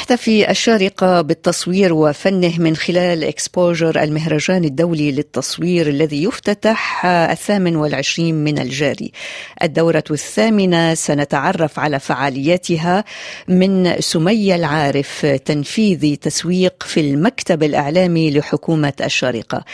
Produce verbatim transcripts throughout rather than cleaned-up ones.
تحتفي الشارقة بالتصوير وفنه من خلال إكسبوجر المهرجان الدولي للتصوير الذي يفتتح الثامن والعشرين من الجاري. الدورة الثامنة سنتعرف على فعالياتها من سمية العارف، تنفيذي تسويق في المكتب الإعلامي لحكومة الشارقة.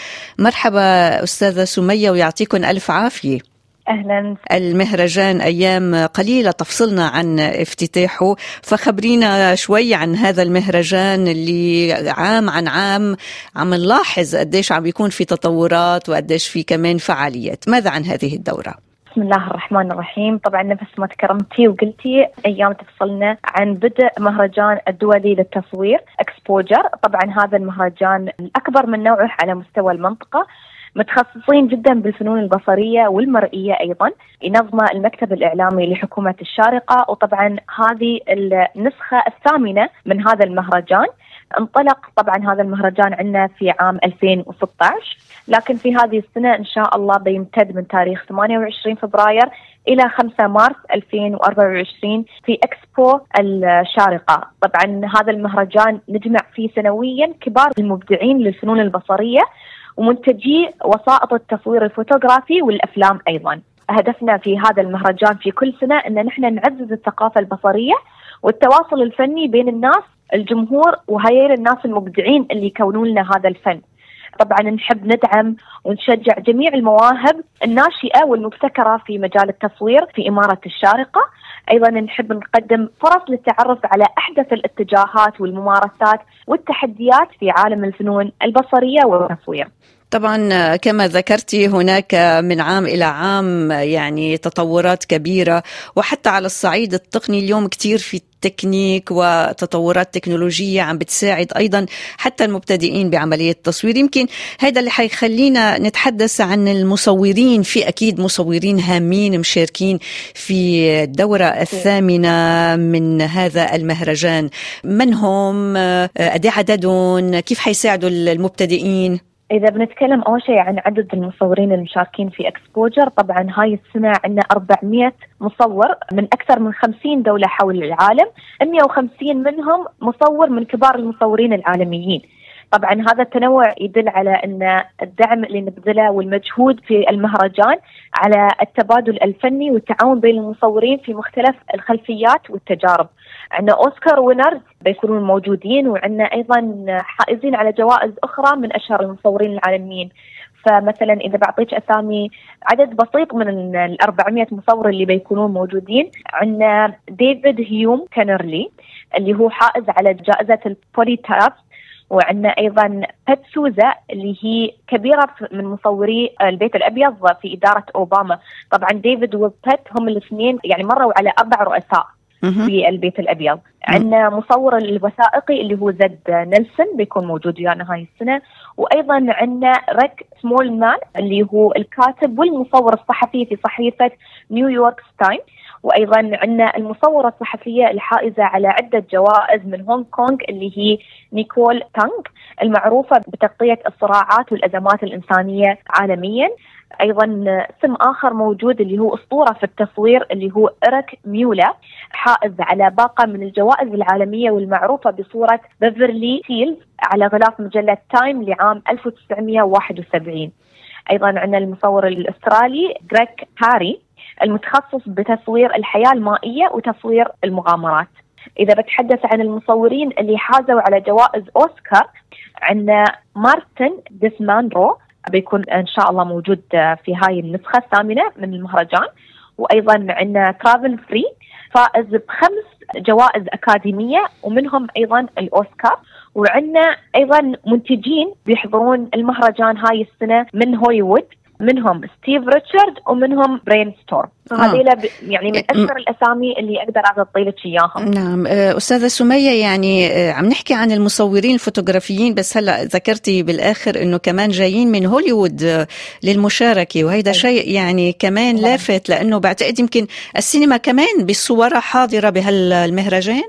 مرحبا أستاذة سمية ويعطيكم ألف عافية. أهلا. المهرجان أيام قليلة تفصلنا عن افتتاحه، فخبرينا شوي عن هذا المهرجان اللي عام عن عام عم نلاحظ قديش عم بيكون في تطورات وقديش في كمان فعاليات. ماذا عن هذه الدورة؟ بسم الله الرحمن الرحيم. طبعا نفس ما تكرمتي وقلتي أيام تفصلنا عن بدء مهرجان الدولي للتصوير إكسبوجر. طبعا هذا المهرجان الأكبر من نوعه على مستوى المنطقة، متخصصين جدا بالفنون البصرية والمرئية، أيضا ينظم المكتب الإعلامي لحكومة الشارقة. وطبعا هذه النسخة الثامنة من هذا المهرجان. انطلق طبعا هذا المهرجان عندنا في عام ألفين وستة عشر، لكن في هذه السنة إن شاء الله بيمتد من تاريخ ثمانية وعشرين فبراير إلى خمسة مارس ألفين وأربعة وعشرين في إكسبو الشارقة. طبعا هذا المهرجان نجمع فيه سنويا كبار المبدعين للفنون البصرية ومنتجي وسائط التصوير الفوتوغرافي والأفلام أيضا. هدفنا في هذا المهرجان في كل سنة أن نحن نعزز الثقافة البصرية والتواصل الفني بين الناس الجمهور وهيئ الناس المبدعين اللي يكونون لنا هذا الفن. طبعا نحب ندعم ونشجع جميع المواهب الناشئة والمبتكرة في مجال التصوير في إمارة الشارقة. أيضا نحب نقدم فرص للتعرف على أحدث الاتجاهات والممارسات والتحديات في عالم الفنون البصرية والتصوير. طبعا كما ذكرتي هناك من عام إلى عام يعني تطورات كبيرة، وحتى على الصعيد التقني اليوم كتير في تكنيك وتطورات تكنولوجية عم بتساعد أيضا حتى المبتدئين بعملية التصوير. يمكن هذا اللي حيخلينا نتحدث عن المصورين. في أكيد مصورين هامين مشاركين في الدورة الثامنة من هذا المهرجان. من هم؟ قد ايه عددهم؟ كيف حيساعدوا المبتدئين؟ إذا بنتكلم أول شيء عن عدد المصورين المشاركين في إكسبوجر، طبعا هاي السنة عندنا أربعمائة مصور من أكثر من خمسين دولة حول العالم، مئة وخمسين منهم مصور من كبار المصورين العالميين. طبعا هذا التنوع يدل على أن الدعم اللي نبذله والمجهود في المهرجان على التبادل الفني والتعاون بين المصورين في مختلف الخلفيات والتجارب. عندنا أوسكار وينرز بيكونون موجودين، وعندنا أيضا حائزين على جوائز أخرى من أشهر المصورين العالميين. فمثلا إذا بعطيك أسامي عدد بسيط من الأربعمائة مصور اللي بيكونون موجودين، عندنا ديفيد هيوم كانرلي اللي هو حائز على جائزة البوليتاف، وعندنا أيضا بات سوزا اللي هي كبيرة من مصوري البيت الأبيض في إدارة أوباما. طبعا ديفيد وبات هم الاثنين يعني مروا على أربع رؤساء في البيت الأبيض. عندنا مصور الوثائقي اللي هو زد نيلسون بيكون موجود ويانا هاي السنة، وأيضا عندنا ريك سمولمان اللي هو الكاتب والمصور الصحفي في صحيفة نيويورك تايمز. وأيضا عندنا المصورة الصحفية الحائزة على عدة جوائز من هونغ كونغ اللي هي نيكول تانغ، المعروفة بتغطية الصراعات والأزمات الإنسانية عالميا. أيضا اسم آخر موجود اللي هو أسطورة في التصوير اللي هو إريك ميولا، حائز على باقة من الجوائز العالمية والمعروفة بصورة بيفرلي هيلز على غلاف مجلة تايم لعام ألف وتسعمائة وواحد وسبعين. أيضا عندنا المصور الأسترالي غريك هاري المتخصص بتصوير الحياة المائية وتصوير المغامرات. إذا بتحدث عن المصورين اللي حازوا على جوائز أوسكار، عندنا مارتن ديسماندرو بيكون إن شاء الله موجود في هاي النسخة الثامنة من المهرجان. وأيضا عندنا ترافل فري فائز بخمس جوائز أكاديمية ومنهم أيضا الأوسكار. وعندنا أيضا منتجين بيحضرون المهرجان هاي السنة من هوليوود، منهم ستيف ريتشارد ومنهم برين ستورم. هذه يعني من أكثر الأسامي اللي أقدر أغطي لك إياهم. نعم أستاذة سمية، يعني عم نحكي عن المصورين الفوتوغرافيين، بس هلأ ذكرتي بالآخر إنه كمان جايين من هوليوود للمشاركة، وهيدا شيء يعني كمان لافت، لأنه بعتقد يمكن السينما كمان بصورة حاضرة بهالمهرجان.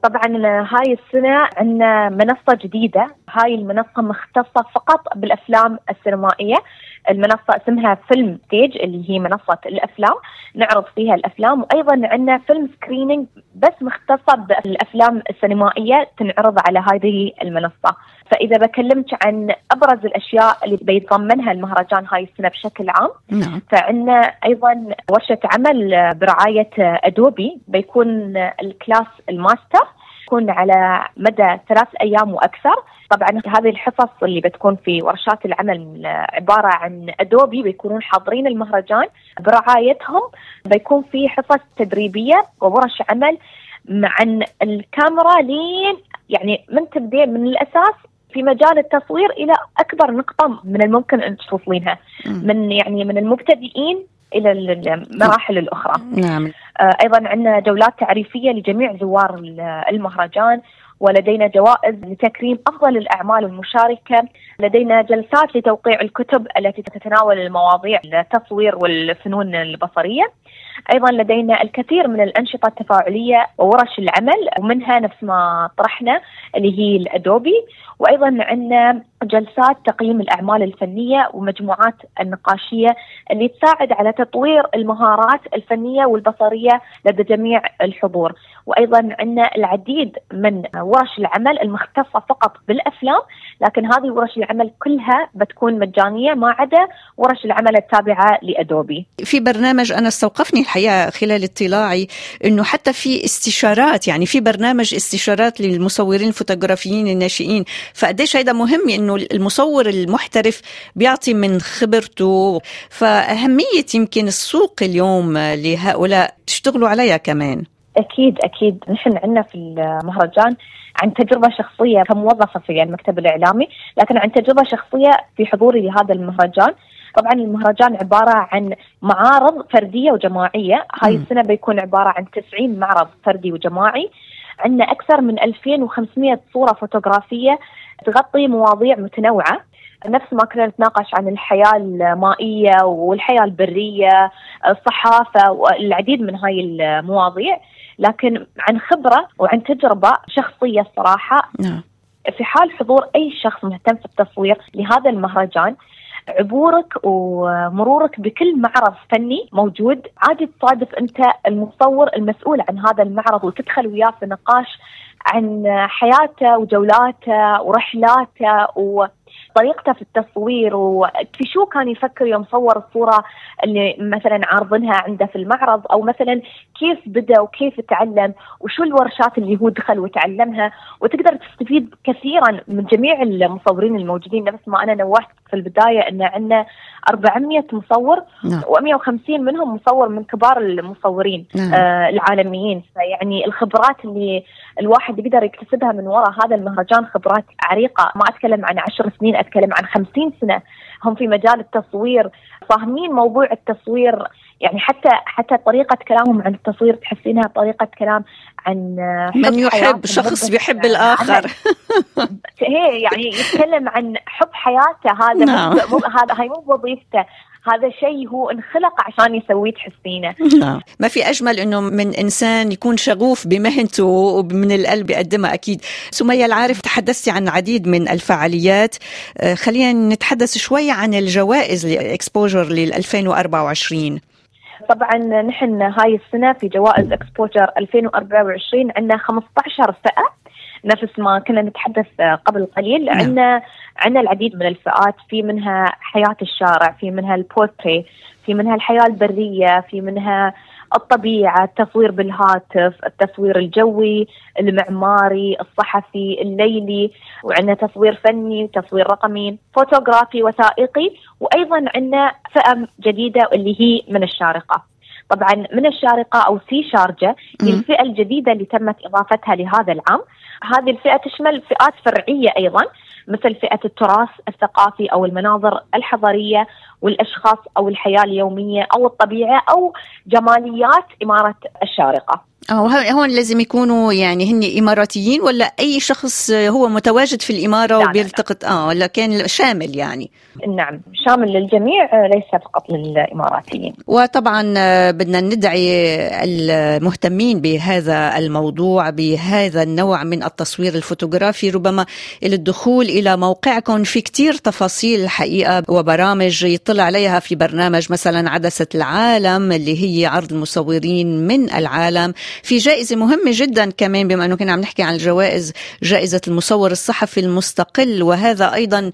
طبعا هاي السنة عندنا منصة جديدة. هاي المنصة مختصة فقط بالأفلام السينمائية. المنصة اسمها فيلم ستيج، اللي هي منصة الأفلام نعرض فيها الأفلام، وأيضا عندنا فيلم سكرينينج بس مختصة بالأفلام السينمائية تنعرض على هذه المنصة. فإذا بكلمك عن أبرز الأشياء اللي بيتضمنها المهرجان هاي السنة بشكل عام، نعم. فعندنا أيضا ورشة عمل برعاية أدوبي، بيكون الكلاس الماستر يكون على مدى ثلاث أيام وأكثر. طبعا هذه الحصص اللي بتكون في ورشات العمل عبارة عن أدوبي، بيكونون حاضرين المهرجان برعايتهم. بيكون في حصص تدريبية وورش عمل عن الكاميرا لين يعني من تبدأ من الأساس في مجال التصوير إلى أكبر نقطة من الممكن أن توصلينها، من يعني من المبتدئين إلى المراحل الأخرى. نعم. أيضا عندنا جولات تعريفية لجميع زوار المهرجان، ولدينا جوائز لتكريم أفضل الأعمال المشاركة. لدينا جلسات لتوقيع الكتب التي تتناول المواضيع التصوير والفنون البصرية. أيضا لدينا الكثير من الأنشطة التفاعلية وورش العمل، ومنها نفس ما طرحنا اللي هي الأدوبي. وأيضا عندنا جلسات تقييم الأعمال الفنية ومجموعات النقاشية اللي تساعد على تطوير المهارات الفنية والبصرية لدى جميع الحضور. وأيضا عندنا العديد من ورش العمل المختصة فقط بالأفلام، لكن هذه ورش العمل كلها بتكون مجانية ما عدا ورش العمل التابعة لأدوبي. في برنامج أنا استوقفني الحقيقة خلال اطلاعي إنه حتى في استشارات، يعني في برنامج استشارات للمصورين الفوتوغرافيين الناشئين. فقديش هيدا مهم إنه المصور المحترف بيعطي من خبرته. فأهمية يمكن السوق اليوم لهؤلاء تشتغلوا عليها كمان. أكيد أكيد. نحن عندنا في المهرجان عن تجربة شخصية كموظفة في المكتب الإعلامي، لكن عن تجربة شخصية في حضوري لهذا المهرجان. طبعا المهرجان عبارة عن معارض فردية وجماعية. هاي السنة بيكون عبارة عن تسعين معرض فردي وجماعي. عندنا أكثر من ألفين وخمسمائة صورة فوتوغرافية تغطي مواضيع متنوعة، نفس ما كنا نتناقش عن الحياة المائية والحياة البرية، الصحافة والعديد من هاي المواضيع، لكن عن خبرة وعن تجربة شخصية الصراحة. نعم. في حال حضور أي شخص مهتم في التصوير لهذا المهرجان، عبورك ومرورك بكل معرض فني موجود، عادي تصادف أنت المصور المسؤول عن هذا المعرض وتدخل وياه في نقاش عن حياته وجولاته ورحلاته وطريقته في التصوير، وفي شو كان يفكر يوم صور الصورة اللي مثلا عارضنها عنده في المعرض، أو مثلا كيف بدأ وكيف تعلم وشو الورشات اللي هو دخل وتعلمها. وتقدر تستفيد كثيرا من جميع المصورين الموجودين. نفس ما أنا نوهت في البداية أن عندنا أربعمائة مصور، نعم. ومئة وخمسين منهم مصور من كبار المصورين نعم. آه العالميين. فيعني الخبرات اللي الواحد يقدر يكتسبها من وراء هذا المهرجان خبرات عريقة. ما أتكلم عن عشر سنين، أتكلم عن خمسين سنة هم في مجال التصوير، فاهمين موضوع التصوير. يعني حتى حتى طريقة كلامهم عن التصوير تحسينها طريقة كلام عن من يحب شخص بيحب الآخر. هي يعني يتكلم عن حب حياته. هذا نعم. مو هذا هاي مو وظيفته، هذا شيء هو انخلق عشان يسويه تحسينه. نعم. ما في أجمل إنه من إنسان يكون شغوف بمهنته ومن القلب يقدمها. أكيد. سمية العارف، تحدثتي عن عديد من الفعاليات، خلينا نتحدث شوي عن الجوائز لإكسبوجر لل ألفين وأربعة وعشرين. طبعا نحن هاي السنة في جوائز إكسبوجر ألفين وأربعة وعشرين عندنا خمسة عشر فئة، نفس ما كنا نتحدث قبل قليل. نعم. عندنا عندنا العديد من الفئات، في منها حياة الشارع، في منها البورتري، في منها الحياة البرية، في منها الطبيعة، التصوير بالهاتف، التصوير الجوي، المعماري، الصحفي، الليلي، وعندنا تصوير فني، تصوير رقمي، فوتوغرافي، وثائقي. وأيضا عندنا فئة جديدة اللي هي من الشارقة. طبعا من الشارقة أو سي شارجة هي الفئة الجديدة اللي تمت إضافتها لهذا العام. هذه الفئة تشمل فئات فرعية أيضا، مثل فئة التراث الثقافي أو المناظر الحضارية والأشخاص أو الحياة اليومية أو الطبيعة أو جماليات إمارة الشارقة. اه هون لازم يكونوا يعني هن إماراتيين ولا أي شخص هو متواجد في الإمارة وبيلتقط؟ اه ولا كان شامل يعني؟ نعم شامل للجميع ليس فقط للإماراتيين. وطبعا بدنا ندعي المهتمين بهذا الموضوع بهذا النوع من التصوير الفوتوغرافي ربما الدخول إلى موقعكم، في كتير تفاصيل الحقيقة وبرامج يطلع عليها في برنامج مثلا عدسة العالم اللي هي عرض المصورين من العالم، في جائزة مهمة جدا كمان بما أنه كنا عم نحكي عن الجوائز، جائزة المصور الصحفي المستقل، وهذا أيضا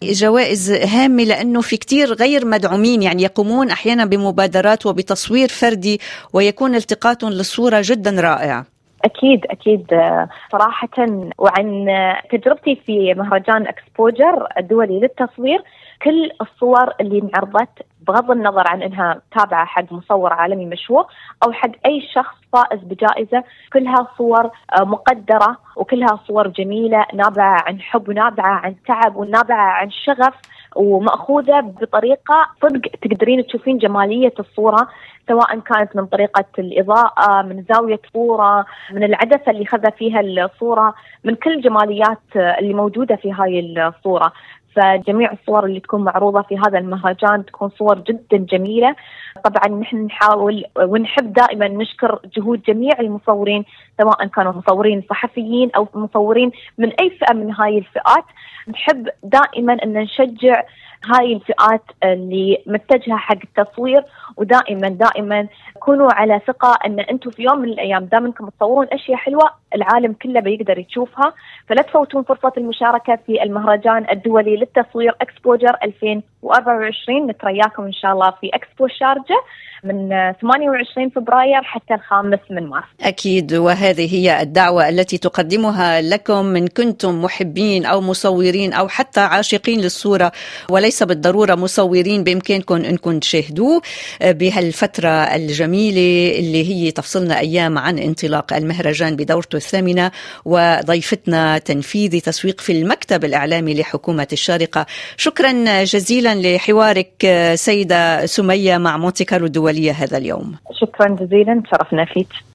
جوائز هامة لأنه في كتير غير مدعومين يعني يقومون أحيانا بمبادرات وبتصوير فردي ويكون التقاطهم للصورة جدا رائع. أكيد أكيد صراحة، وعن تجربتي في مهرجان إكسبوجر الدولي للتصوير، كل الصور اللي انعرضت بغض النظر عن أنها تابعة حق مصور عالمي مشهور أو حق أي شخص فائز بجائزة، كلها صور مقدرة وكلها صور جميلة نابعة عن حب ونابعة عن تعب ونابعة عن شغف ومأخوذة بطريقة صدق تقدرين تشوفين جمالية الصورة، سواء كانت من طريقة الإضاءة، من زاوية صورة، من العدسة اللي خذ فيها الصورة، من كل الجماليات اللي موجودة في هاي الصورة. فجميع الصور اللي تكون معروضة في هذا المهرجان تكون صور جدا جميلة. طبعا نحن نحاول ونحب دائما نشكر جهود جميع المصورين، سواء كانوا مصورين صحفيين أو مصورين من أي فئة من هاي الفئات. نحب دائما أن نشجع هاي الفئات اللي متجهة حق التصوير، ودائما دائما كونوا على ثقة أن أنتم في يوم من الأيام دام أنكم تصورون أشياء حلوة العالم كله بيقدر يشوفها. فلا تفوتون فرصة المشاركة في المهرجان الدولي للتصوير إكسبوجر ألفين وأربعة وعشرين. نترياكم إن شاء الله في إكسبو شارجة من ثمانية وعشرين فبراير حتى الخامس من مارس. أكيد، وهذه هي الدعوة التي تقدمها لكم من كنتم محبين أو مصورين أو حتى عاشقين للصورة، وليس بالضرورة مصورين، بإمكانكم أنكم تشاهدوه بهالفترة الجميلة اللي هي تفصلنا أيام عن انطلاق المهرجان بدورته الثامنة، وضيفتنا تنفيذي تسويق في المكتب الإعلامي لحكومة الشارقة. شكرا جزيلا لحوارك سيدة سمية مع مونتي كارلو الدولية هذا اليوم. شكرا جزيلا، شرفنا فيك.